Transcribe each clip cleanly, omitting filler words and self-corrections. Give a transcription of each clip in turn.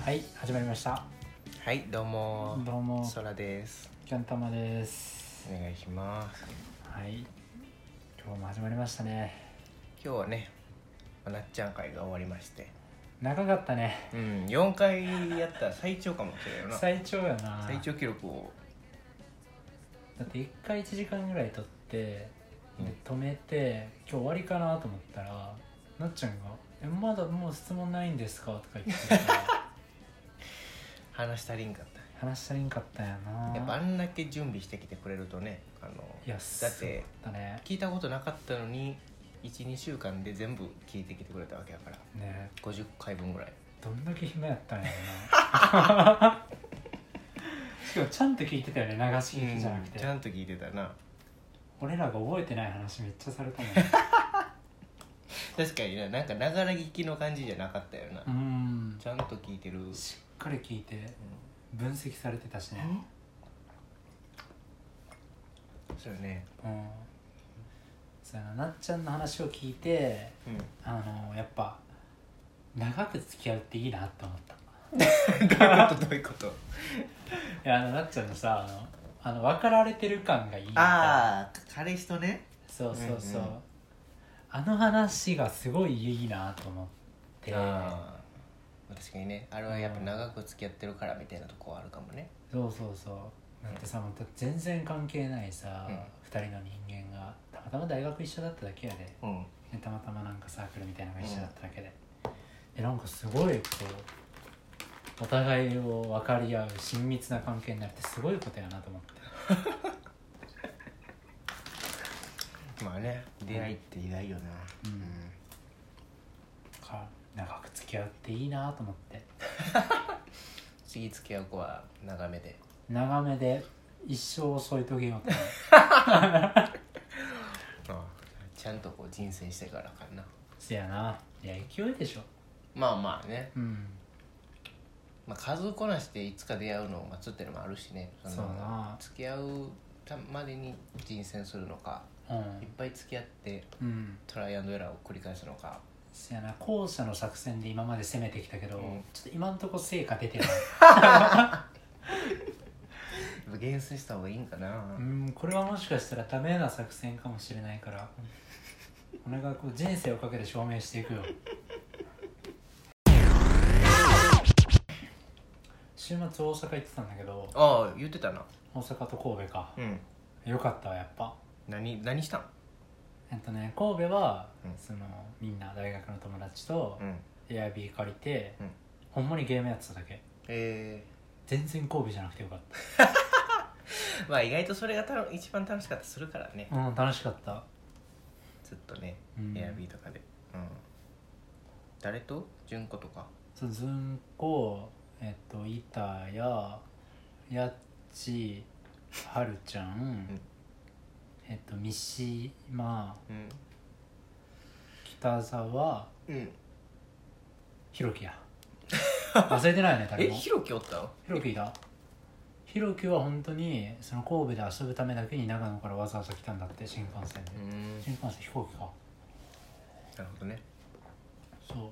はい、始まりました。 はい、どうもそらです。 キャンタマです。 お願いします。 はい、今日も始まりましたね。 今日はね、なっちゃん会が終わりまして、 長かったね。 4回やったら最長かもしれないな。 最長やな。 最長記録を。 だって1回1時間ぐらい撮って、で止めて今日終わりかなと思ったら、なっちゃんがまだもう質問ないんですかとか言ってたから話したりんかった。 話したりんかったんやな。 やっぱあんだけ準備してきてくれるとね、 いやだってね、 聞いたことなかったのに 1,2 週間で全部聞いてきてくれたわけやからね、 50回分ぐらい。 どんだけ暇やったんやろなしかもちゃんと聞いてたよね、流し聞きじゃなくて、 ちゃんと聞いてたな。 俺らが覚えてない話めっちゃされたもん確かにね、なんかながら聞きの感じじゃなかったよな。ちゃんと聞いてる、 しっかり聞いて分析されてたしね。 そうよね。 そうやな、なっちゃんの話を聞いて、やっぱ長く付き合うっていいなって思ったどういうこといや、なっちゃんのさ、別れられてる感がいいみたいな。 ああ、彼氏とね。 そうそうそう、あの話がすごいいいなと思って。 確かにね、あれはやっぱ長く付き合ってるからみたいなとこはあるかもね。 そうそうそう。なんてさ、また全然関係ないさ、2人の人間がたまたま大学一緒だっただけやで、たまたまなんかサークルみたいなのが一緒だっただけで、なんかすごいこうお互いを分かり合う親密な関係になるってすごいことやなと思ってまあね、出会いって偉大よな。 長く付き合うっていいなと思って次付き合う子は長めで一生添い遂げようとちゃんとこう人生してからかな。 せやな。いや、勢いでしょ。 まあね、数こなしていつか出会うのを待つっていうのもあるしね。 そうな、 付き合うまでに人選するのか、いっぱい付き合って、トライアンドエラーを繰り返すのか。 せやな、後者の作戦で今まで攻めてきたけど、ちょっと今んとこ成果出てない厳選した方がいいんかな。 これはもしかしたらダメな作戦かもしれないから、俺がこう人生をかけて証明していくよ週末大阪行ってたんだけど。 ああ、言ってたな。 大阪と神戸か。よかったわ、やっぱ。 何したん？ 神戸は、そのみんな大学の友達とエアビー借りて、ほんまにゲームやってただけ。全然神戸じゃなくてよかったまあ意外とそれが一番楽しかったりするからね。 楽しかった。 ずっとね、エアビーとかで。誰と？純子とか。 そう、ずんこ、いたや、やっち、はるちゃん、三島、北沢、ひろきや。忘れてないよね、誰も。 ひろきおったの？ ひろきいた。ひろきは本当にその神戸で遊ぶためだけに長野からわざわざ来たんだって、新幹線で。新幹線、飛行機か。 なるほどね。 そう。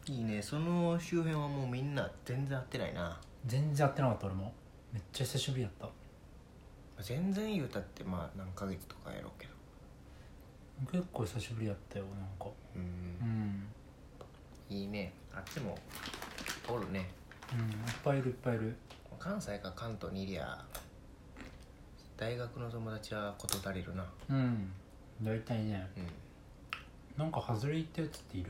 いいね。その周辺はもうみんな全然会ってないな。 全然会ってなかった。俺もめっちゃ久しぶりだった。 全然言うたってまあ何ヶ月とかやろうけど、 結構久しぶりだったよ。なんかいいね。あっちもおるね。 いっぱいいるいっぱいいる。 関西か関東にいりゃ大学の友達はこと足りるな。 大体ね。なんか外れ行ったやつっている？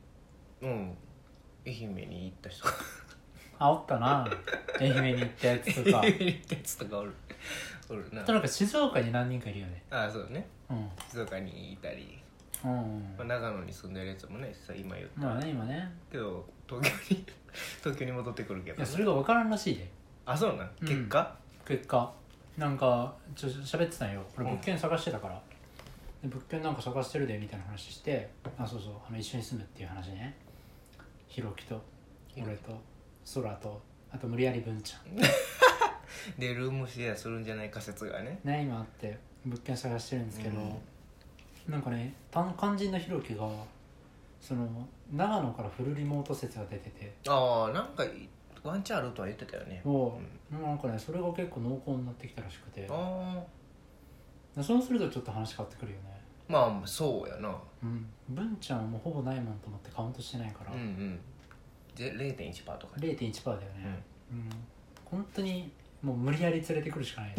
愛媛に行った人おったな愛媛に行ったやつとか愛媛に行ったやつとかおるな。 なんか静岡に何人かいるよね。 そうね。静岡にいたり、長野に住んでるやつもね、今言った。 まあね、今ね。 けど東京に戻ってくるけど、 いや、それが分からんらしいで。 そうなん？結果なんか喋ってたんよ。これ物件探してたから、で物件なんか探してるでみたいな話して、そうそう、一緒に住むっていう話ね。ひろきと俺とそらと、あと無理やり文ちゃんでルームシェアするんじゃないか説がね今あって物件探してるんですけど、なんかね、肝心なひろきがその長野からフルリモート説が出てて、 なんかワンチャンあるとは言ってたよね。 もうなんかねそれが結構濃厚になってきたらしくて、 あそうするとちょっと話変わってくるよね。 まあそうやな。 文ちゃんはもうほぼないもんと思ってカウントしてないから、 で 0.1% とか 0.1% だよね。本当にもう無理やり連れてくるしかない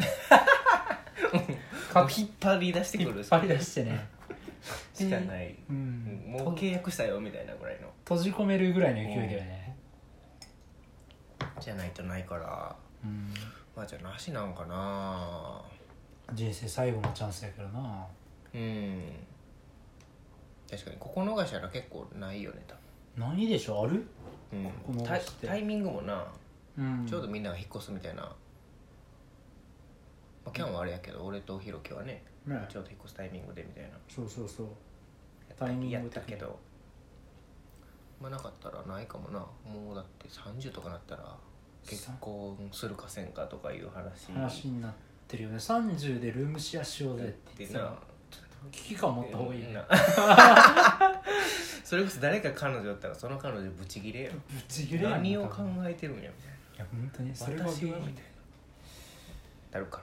もう引っ張り出してくる、 引っ張り出してねしかない、もう契約したよみたいなぐらいの閉じ込めるぐらいの勢いだよね、 じゃないとないから、まあじゃあなしなんかな。 人生最後のチャンスやけどな。 確かにここ逃したら結構ないよね多分。ないでしょ。ある？ タイミングもな、ちょうどみんなが引っ越すみたいな、キャンはあれやけど、俺とひろきはねちょうど引っ越すタイミングでみたいな。 そうタイミングやったけど、まあなかったらないかもな。もうだって30とかなったら結婚するかせんかとかいう話になってるよね。30でルームシェアしようぜって言ってな、危機感持った方がいいよねそれこそ誰か彼女だったらその彼女ブチギレよ。 ブチギレやん。 何を考えてるんやみたいな。いや本当にそれが私はみたいななるから。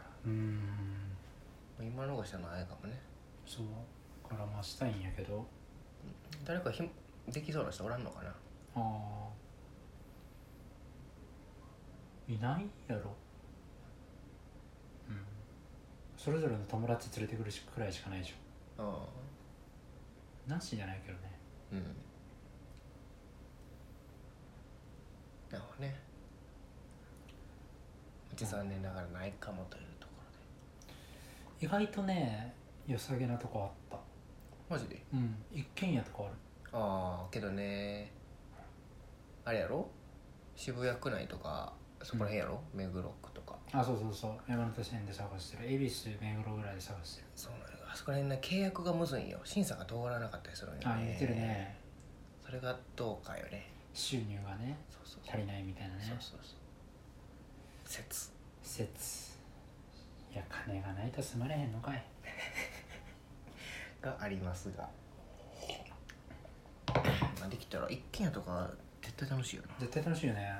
今のがしたのはないかもね。 そうからまあしたいんやけど、 誰かできそうな人おらんのかな。 いないやろ。それぞれの友達連れてくるくらいしかないでしょ。なしじゃないけどね。 なるほどね。残念ながらないかもというところで。意外とね良さげなとこあった。 マジで？ 一軒家とかある。 けどねあれやろ、渋谷区内とかそこら辺やろ、目黒区とか。 そう山手線で探してる。恵比寿目黒ぐらいで探してる。 そうなんや。あそこら辺ね契約がむずいんよ。審査が通らなかったりするんよね。 言ってるね。 それがどうかよね。 収入がね足りないみたいなね。説いや金がないと住まれへんのかいがありますが、できたら一軒家とか絶対楽しいよな。 絶対楽しいよね。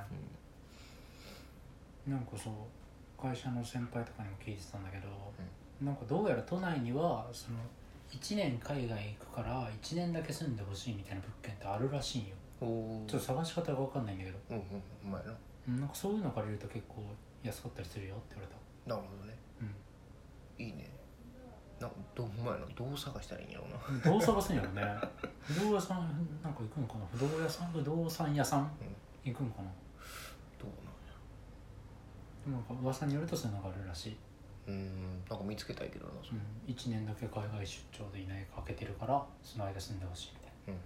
なんかそう会社の先輩とかにも聞いてたんだけど、なんかどうやら都内にはその1年海外行くから1年だけ住んでほしいみたいな物件ってあるらしいんよ。ちょっと探し方が分かんないんだけど、 うまいな。 なんかそういうの借りると結構安かったりするよって言われた。 なるほどね。いいね。どう探したらいいんやろうな。 どう探すんやろね。不動産なんか行くのかな。不動産屋さん、行くのかな。 どうなんか噂によるとそういうのがあるらしい。 なんか見つけたいけどな。 1年だけ海外出張でいないかけてるからその間住んでほしいみたい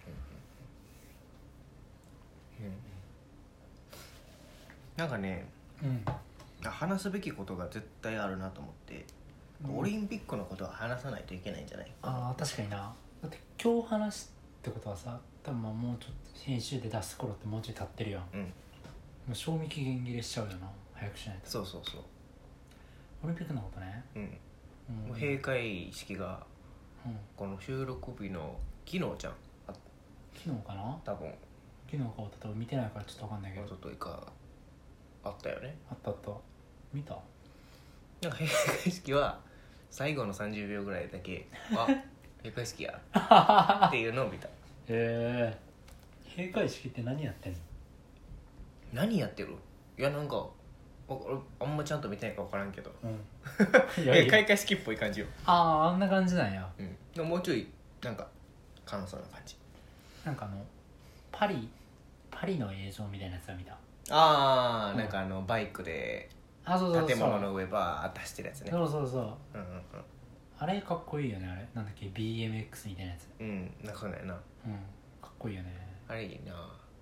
な。なんかね、話すべきことが絶対あるなと思って、オリンピックのことは話さないといけないんじゃない？ 確かにな。だって今日話すってことはさ、多分もうちょっと編集で出す頃ってもうちょい経ってるやん。もう賞味期限切れしちゃうよな。早くしないと。 そうオリンピックのことね。 もう閉会式が、この収録日の昨日じゃん。 昨日かな。 多分昨日かおととい見てないからちょっと分かんないけど。 おとといかあったよね。 あった見た。 なんか閉会式は最後の30秒ぐらいだけ閉会式やっていうのを見た。 閉会式って何やってんの？ 何やってる？いやなんか俺あんまちゃんと見てないか分からんけど、開会式っぽい感じよ。 あんな感じなんや。 もうちょいなんか簡素な感じ。 なんかパリの映像みたいなやつは見た。 なんかバイクで建物の上バーッと走ってるやつね。 そうあれかっこいいよね。あれなんだっけ BMX みたいなやつ。 なんかそうなんやな。 かっこいいよね。 あれいいな。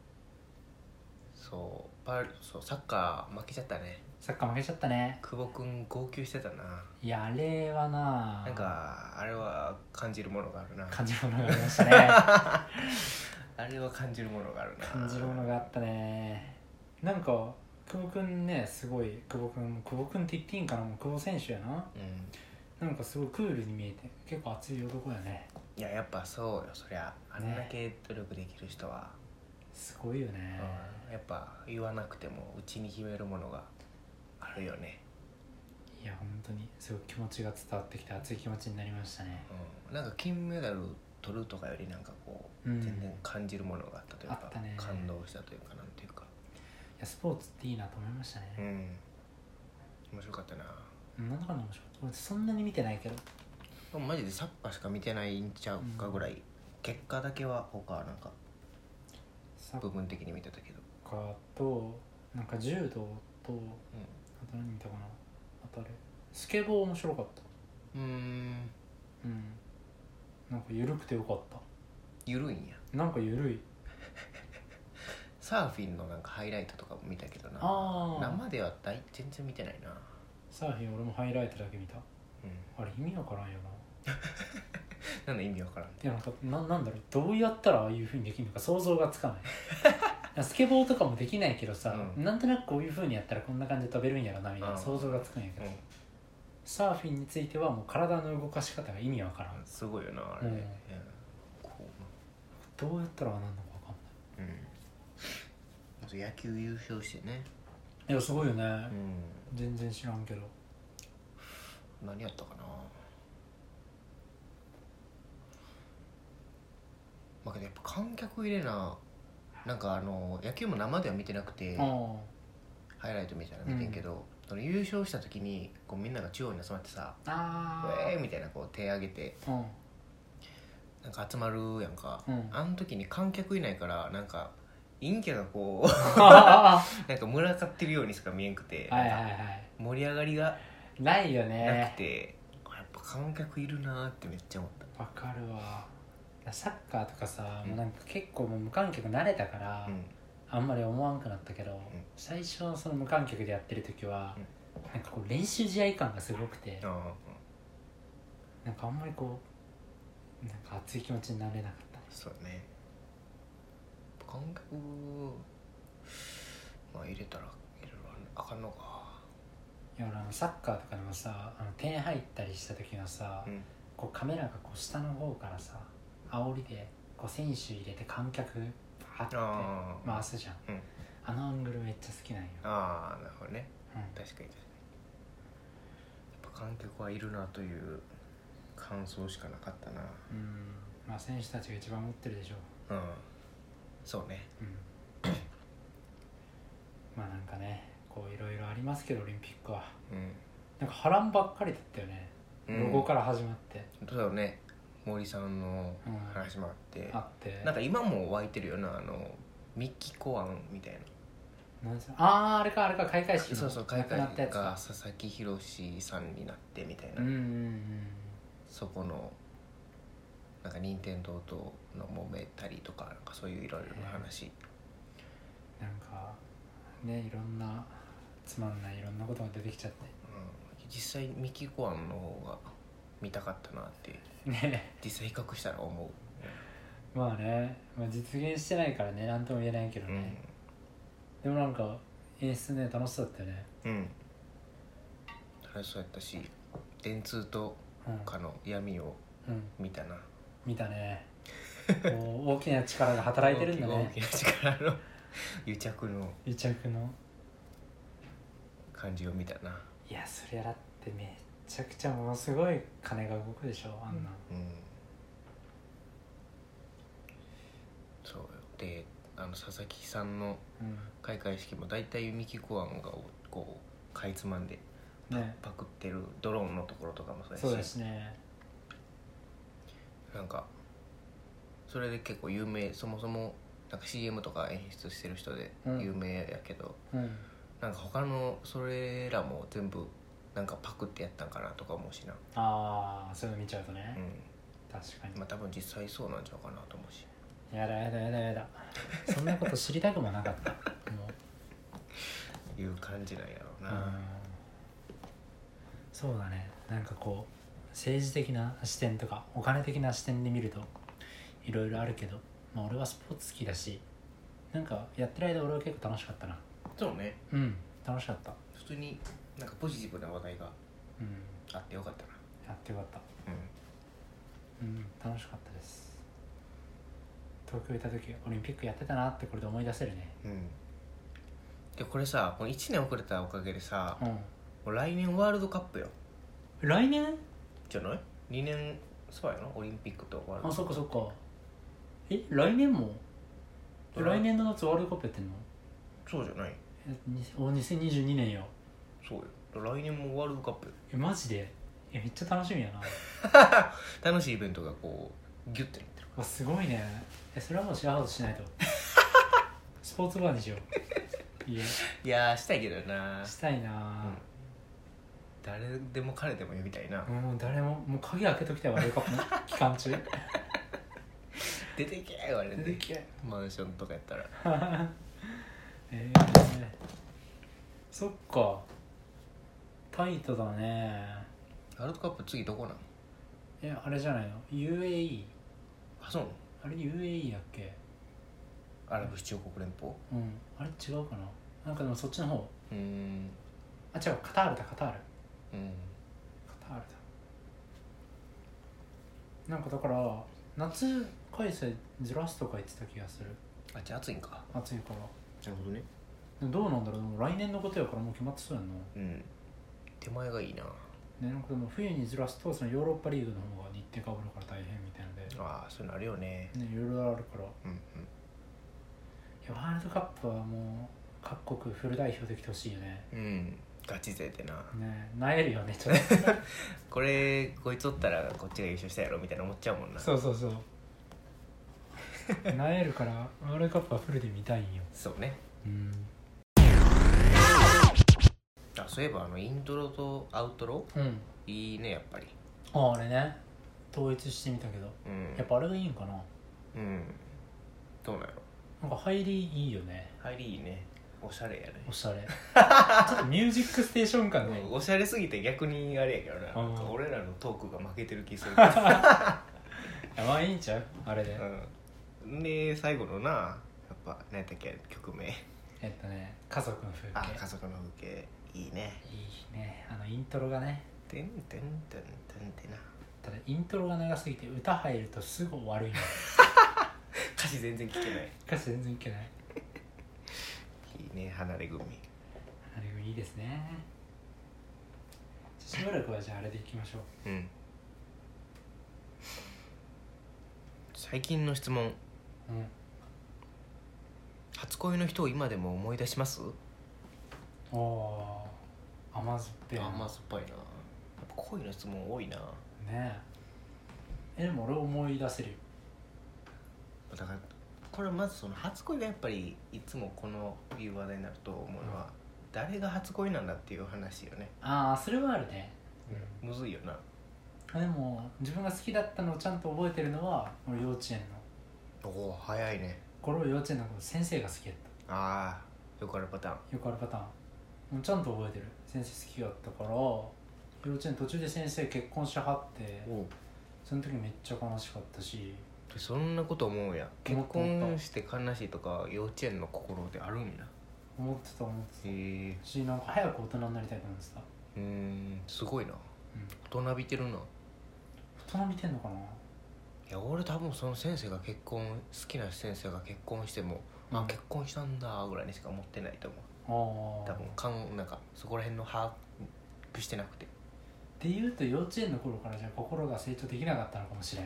サッカー負けちゃったね。久保くん号泣してたな。 いやあれはなんかあれは感じるものがあるな。 感じるものがありましたねあれは感じるものがあるな。 感じるものがあったね。なんか久保くんね、すごい久保くんって言っていいんかな。もう久保選手やな。なんかすごいクールに見えて結構熱い男やね。 いややっぱそうよ。そりゃあんだけ努力できる人はすごいよね、 やっぱ言わなくてもうちに秘めるものがあるよね。 いや本当にすごい気持ちが伝わってきて熱い気持ちになりましたね、 なんか金メダル取るとかよりなんかこう、全然感じるものがあったというか、 あったね、 感動したというか、なんていうか、 いやスポーツっていいなと思いましたね。 面白かったな。 なんだかんだ面白かった。俺そんなに見てないけど、 でもマジでサッカーしか見てないんちゃうかぐらい、結果だけは他はなんか部分的に見てたけど、 サッカーとなんか柔道と、あと何見たかな、あとあれスケボー面白かった。なんか緩くてよかった。 緩いんや。 なんか緩い。 サーフィンのなんかハイライトとかも見たけどな。生では全然見てないな。 サーフィン俺もハイライトだけ見た。あれ意味わからんよな。 なんだ意味わからん。いやなんだろう、どうやったらああいう風にできるのか想像がつかない。スケボーとかもできないけどさ、なんとなくこういう風にやったらこんな感じで飛べるんやろなみたいな想像がつくんやけど、サーフィンについてはもう体の動かし方が意味わからん。 すごいよなあれ、 どうやったらああなんのかわかんない。 野球優勝してね。 いやすごいよね、全然知らんけど。 何やったかな。まあけどやっぱ観客入れな、なんか野球も生では見てなくてハイライトみたいなの見てんけど、その優勝した時にこうみんなが中央に集まってさ「ウェーイ!」みたいなこう手挙げて、なんか集まるやんか、あの時に観客いないからなんか陰キャがこうなんか群がってるようにしか見えんくて、盛り上がりがないよね。 なくて、やっぱ観客いるなーってめっちゃ思った。 わかるわ。サッカーとかさ、もうなんか結構もう無観客慣れたから、あんまり思わんくなったけど、最初その無観客でやってる時は、なんかこう練習試合感がすごくて、なんかあんまりこうなんか熱い気持ちになれなかったね。 そうね。観客まあ入れたらいろいろあかんのか。 いや俺サッカーとかでもさ、点入ったりした時のさ、こうカメラがこう下の方からさ煽りでこう選手入れて観客バーって回すじゃん、あのアングルめっちゃ好きなんよ。 なるほどね、確かにやっぱ観客はいるなという感想しかなかったな。 まあ選手たちが一番持ってるでしょう。 そうね。 まあなんかねこういろいろありますけどオリンピックは、なんか波乱ばっかりだったよね、ロゴから始まって。 そうだよね。森さんの話もあって、なんか今も湧いてるよな、ミッキー考案みたいな。 なんあれか開会式の開会式が佐々木宏さんになってみたいな、そこのなんか任天堂との揉めたりとか、なんかそういういろいろな話、 なんかねいろんなつまんないいろんなことが出てきちゃって、 実際ミキコアンの方が見たかったなってね実際比較したら思う。まあね、実現してないからね何とも言えないけどね、でもなんか演出ね楽しそうだったよね。 楽しそうやったし、電通とかの闇を見たな、 見たね。大きな力が働いてるんだね。 大きな力の癒着の感じを見たな。 いやそりゃだってめちゃくちゃものすごい金が動くでしょあんな。 そうよ。で佐々木さんの開会式もだいたいミキコアンがこうかいつまんでパクってるドローンのところとかもそうですね。 なんかそれで結構有名、そもそもなんか CM とか演出してる人で有名やけど、なんか他のそれらも全部なんかパクってやったんかなとか思うしな。 そういうの見ちゃうとね、確かに。 まあ多分実際そうなんちゃうかなと思うし。 やだそんなこと知りたくもなかったもういう感じなんやろうな。 そうだね。なんかこう政治的な視点とかお金的な視点で見るといろいろあるけど、俺はスポーツ好きだし、なんかやってる間俺は結構楽しかったな。 そうね。 楽しかった。 普通になんかポジティブな話題があってよかったな。 やってよかった。楽しかったです。 東京いた時オリンピックやってたなってこれで思い出せるね。 でこれさ、この1年遅れたおかげでさ、もう来年ワールドカップよ。 来年じゃない ?2 年そうやな、オリンピックとワールドカップ。 そっかそっか。来年も来年の夏ワールドカップやってんの？ そうじゃない。 2022年よ。 そうよ、来年もワールドカップ。 マジでめっちゃ楽しみやな。楽しいイベントがこうギュッてなってる。 すごいね。それはもうシェアハウスしないと。スポーツバーにしよう。 いやしたいけどな。 したいな、 誰でも彼でも呼びたいな。 もう誰ももう鍵開けときたいワールドカップの期間中。 出てけ言われて、 出てけマンションとかやったら。 そっか、タイトだね。 ワールドカップ次どこなの？ あれじゃないの UAE。 そうなの？ あれ UAE だっけ？ アラブ首長国連邦。 あれ違うかな。なんかでもそっちの方。違う、カタールだ。カタールだ。なんかだから夏開催ずらすとか言ってた気がする。 じゃあ暑いんか。 暑いから。 なるほどね。 どうなんだろう。来年のことやからもう決まってそうやんの。 手前がいいな。 なんかでも冬にずらすとそのヨーロッパリーグの方が日程かぶるから大変みたいなので。 そういうのあるよね。 いろいろあるから。ワールドカップはもう各国フル代表できてほしいよね。 ガチ勢でな。 なえるよねちょっと。 こいつおったらこっちが優勝したやろみたいな思っちゃうもんな。 そうなえるからワールドカップはフルで見たいんよ。 そうね。そういえばイントロとアウトロ、いいねやっぱり。 あれね、統一してみたけど、やっぱあれがいいんかな。 どうなんやろ。 なんか入りいいよね。 入りいいね。おしゃれやね。 おしゃれ。ちょっとミュージックステーション感ね。 おしゃれすぎて逆にあれやけどな。俺らのトークが負けてる気する。 まあいいんちゃうあれで。 で最後のな、やっぱ何やったっけ曲名。 家族の風景。 家族の風景いいね。 いいね。イントロがね。 てんてんてんてんってな。 ただイントロが長すぎて歌入るとすぐ終わるんよ。 歌詞全然聞けない。 歌詞全然聞けない。 いいね、離れ組。 離れ組いいですね。しばらくはじゃああれでいきましょう。 最近の質問。初恋の人を今でも思い出します？ 甘酸っぱいな。 甘酸っぱいな。やっぱ恋の質問多いな。 ねえ。でも俺思い出せるよ。 だからこれまずその初恋がやっぱりいつもこのいう話題になると思うのは、誰が初恋なんだっていう話よね。 それはあるね。 むずいよな。 でも自分が好きだったのをちゃんと覚えてるのは俺幼稚園の。 早いね。 これは幼稚園の先生が好きだった。 よくあるパターン。 もうちゃんと覚えてる。先生好きだったから幼稚園途中で先生結婚しはってその時めっちゃ悲しかったし。 そんなこと思うや。結婚して悲しいとか幼稚園の心であるんや。 思ってたし、なんか早く大人になりたいと思ってた。 すごいな。大人びてるな。 大人びてんのかな。 いや俺多分その先生が好きな先生が結婚しても、結婚したんだぐらいにしか思ってないと思う。多分なんかそこら辺の把握してなくて。 っていうと幼稚園の頃からじゃあ心が成長できなかったのかもしれん。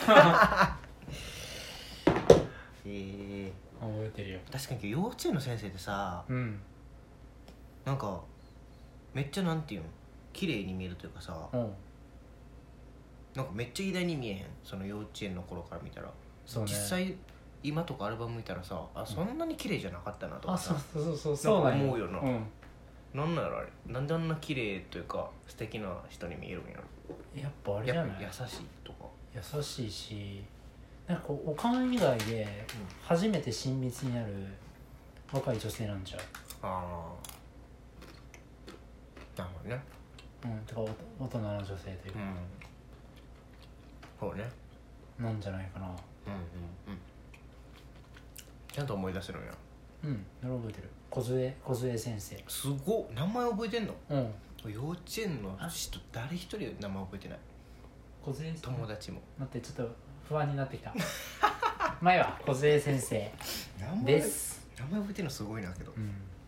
覚えてるよ。 確かに幼稚園の先生ってさ、なんかめっちゃなんていうの綺麗に見えるというかさ、なんかめっちゃ偉大に見えへん。その幼稚園の頃から見たら、実際今とかアルバム見たらさ、そんなに綺麗じゃなかったなとかさ、 そうなんか思うよな。なんなんやろあれ。なんであんな綺麗というか素敵な人に見えるんやろ。 やっぱあれじゃない。 優しいとか。優しいし、なんかこうおかん以外で初めて親密になる若い女性なんちゃう。 なるほどね。 てか大人の女性というか、 そうね。 なんじゃないかな。 ちゃんと思い出せるんや。 それ覚えてる。梢先生。 すごっ。名前覚えてんの？幼稚園の人誰一人名前覚えてない。 梢先生。 友達も。 待って、ちょっと不安になってきた。 前は小杉先生です。 名前覚えてるのすごいなけど、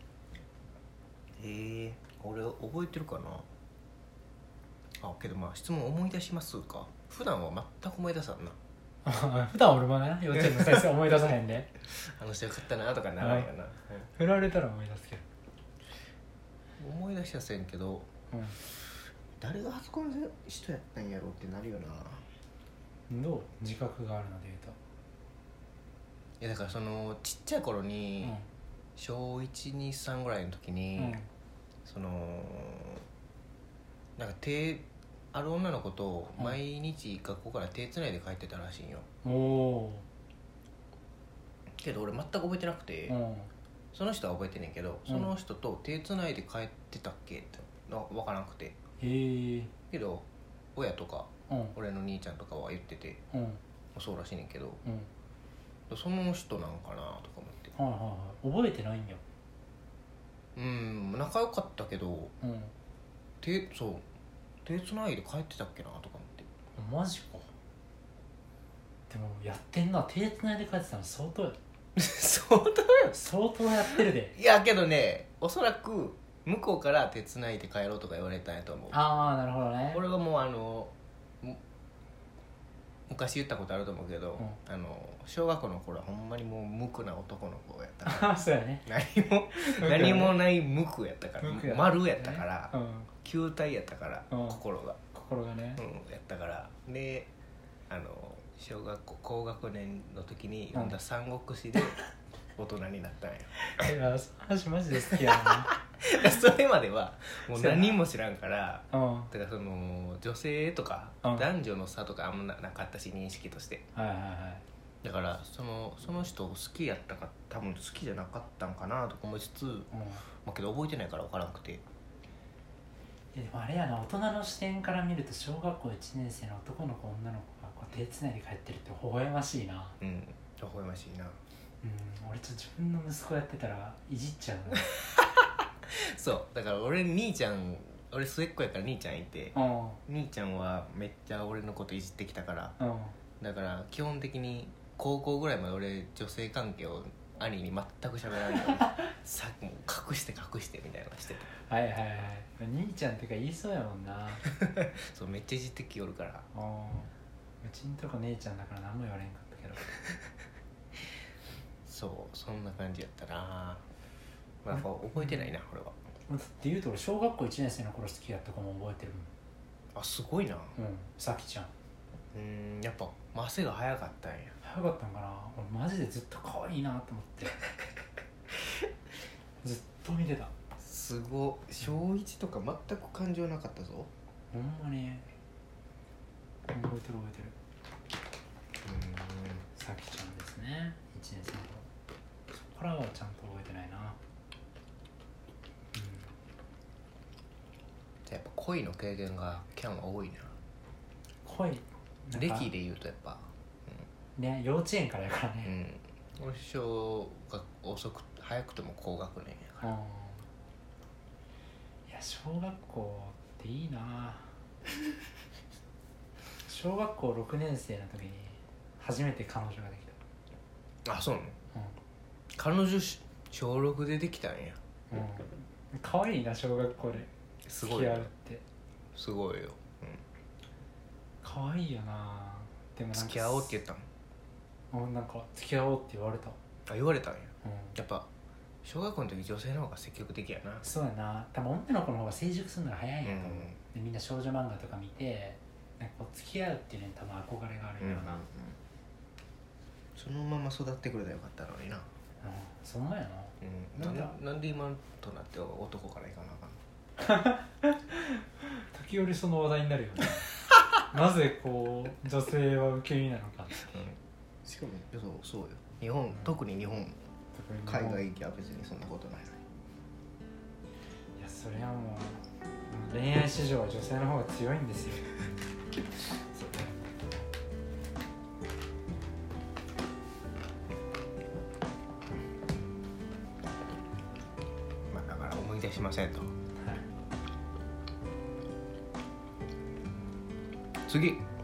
俺覚えてるかなあ。けどまあ質問思い出しますか。普段は全く思い出さんな。 普段俺もね幼稚園の先生思い出さへんであの人よかったなとかならんよな、 振られたら思い出すけど思い出しはせんけど、誰が初恋の人やったんやろうってなるよな。 どう自覚があるので言うと。 いやだからそのちっちゃい頃に、小123ぐらいの時に、そのなんかある女の子と毎日学校から手つないで帰ってたらしいんよ、けど俺全く覚えてなくて、その人は覚えてんねんけど、その人と手つないで帰ってたっけって分からなくて、けど親とか、俺の兄ちゃんとかは言ってて、そうらしいねんけど、その人なんかなとか思って、 覚えてないんや。 仲良かったけど、手つないで帰ってたっけなとか思って。 マジか。でもやってんな。手つないで帰ってたの相当や相当よ。 相当やってるで。 いやけどね、おそらく向こうから手つないで帰ろうとか言われたんやと思う。 ああなるほどね。 俺はもう昔言ったことあると思うけど、小学校の頃はほんまにもう無垢な男の子やったからそうやね。 何もない無垢やったから、丸やったから、球体やったから、心がね、やったから。で小学校高学年の時に読んだ三国志で大人になったんや。 いやその話マジで好きやなそれまではもう何も知らんから、だからその女性とか男女の差とかあんまなかったし、認識として、だからその人好きやったか多分好きじゃなかったんかなとか思いつつ、けど覚えてないから分からなくて。 でもあれやな、大人の視点から見ると小学校1年生の男の子女の子がこう手つないで帰ってるって微笑ましいな。 微笑ましいな。 俺ちょっと自分の息子やってたらいじっちゃうそうだから俺末っ子やから兄ちゃんいて、兄ちゃんはめっちゃ俺のこといじってきたから、だから基本的に高校ぐらいまで俺女性関係を兄に全く喋らないようにさっきも隠してみたいなのしてた。 兄ちゃんってか言いそうやもんなそうめっちゃいじってきよるから。 うちんとこ姉ちゃんだから何も言われんかったけどそんな感じやったな。覚えてないな俺は。 っていうと俺小学校1年生の頃好きやった子も覚えてるもん。すごいな。 さきちゃん。やっぱマセが早かったんや。 早かったんかな。俺マジでずっと可愛いなと思ってずっと見てた。 すごい。小1とか全く感情なかったぞ。 ほんまに覚えてるさきちゃんですね。1年生の頃。そこからはちゃんと覚えてないな。 やっぱ恋の経験がキャンは多いな。 恋歴で言うとやっぱね、幼稚園からやからね。 俺早くても高学年やから。 いや小学校っていいな小学校6年生の時に初めて彼女ができた。 そうなの。彼女小6でできたんや。 可愛いな小学校で付き合うって。 すごいよ。 可愛いよな。でも付き合おうって言ったの。 なんか付き合おうって言われた。 言われたんや。やっぱ小学校の時女性の方が積極的やな。 そうやな。多分女の子の方が成熟するのが早いんやと思う。でみんな少女漫画とか見てなんかこう付き合うっていうのに多分憧れがあるんやろな。 そのまま育ってくれたらよかったのにな。 そんなやな。 なんで今となっては男からいかなあかん時折その話題になるよねなぜこう女性は受け身なのかって。 しかもそうよ。日本、特に日本、海外行きは別にそんなことないのに。 いやそれはもう恋愛市場は女性の方が強いんですよだから思い出しませんと。次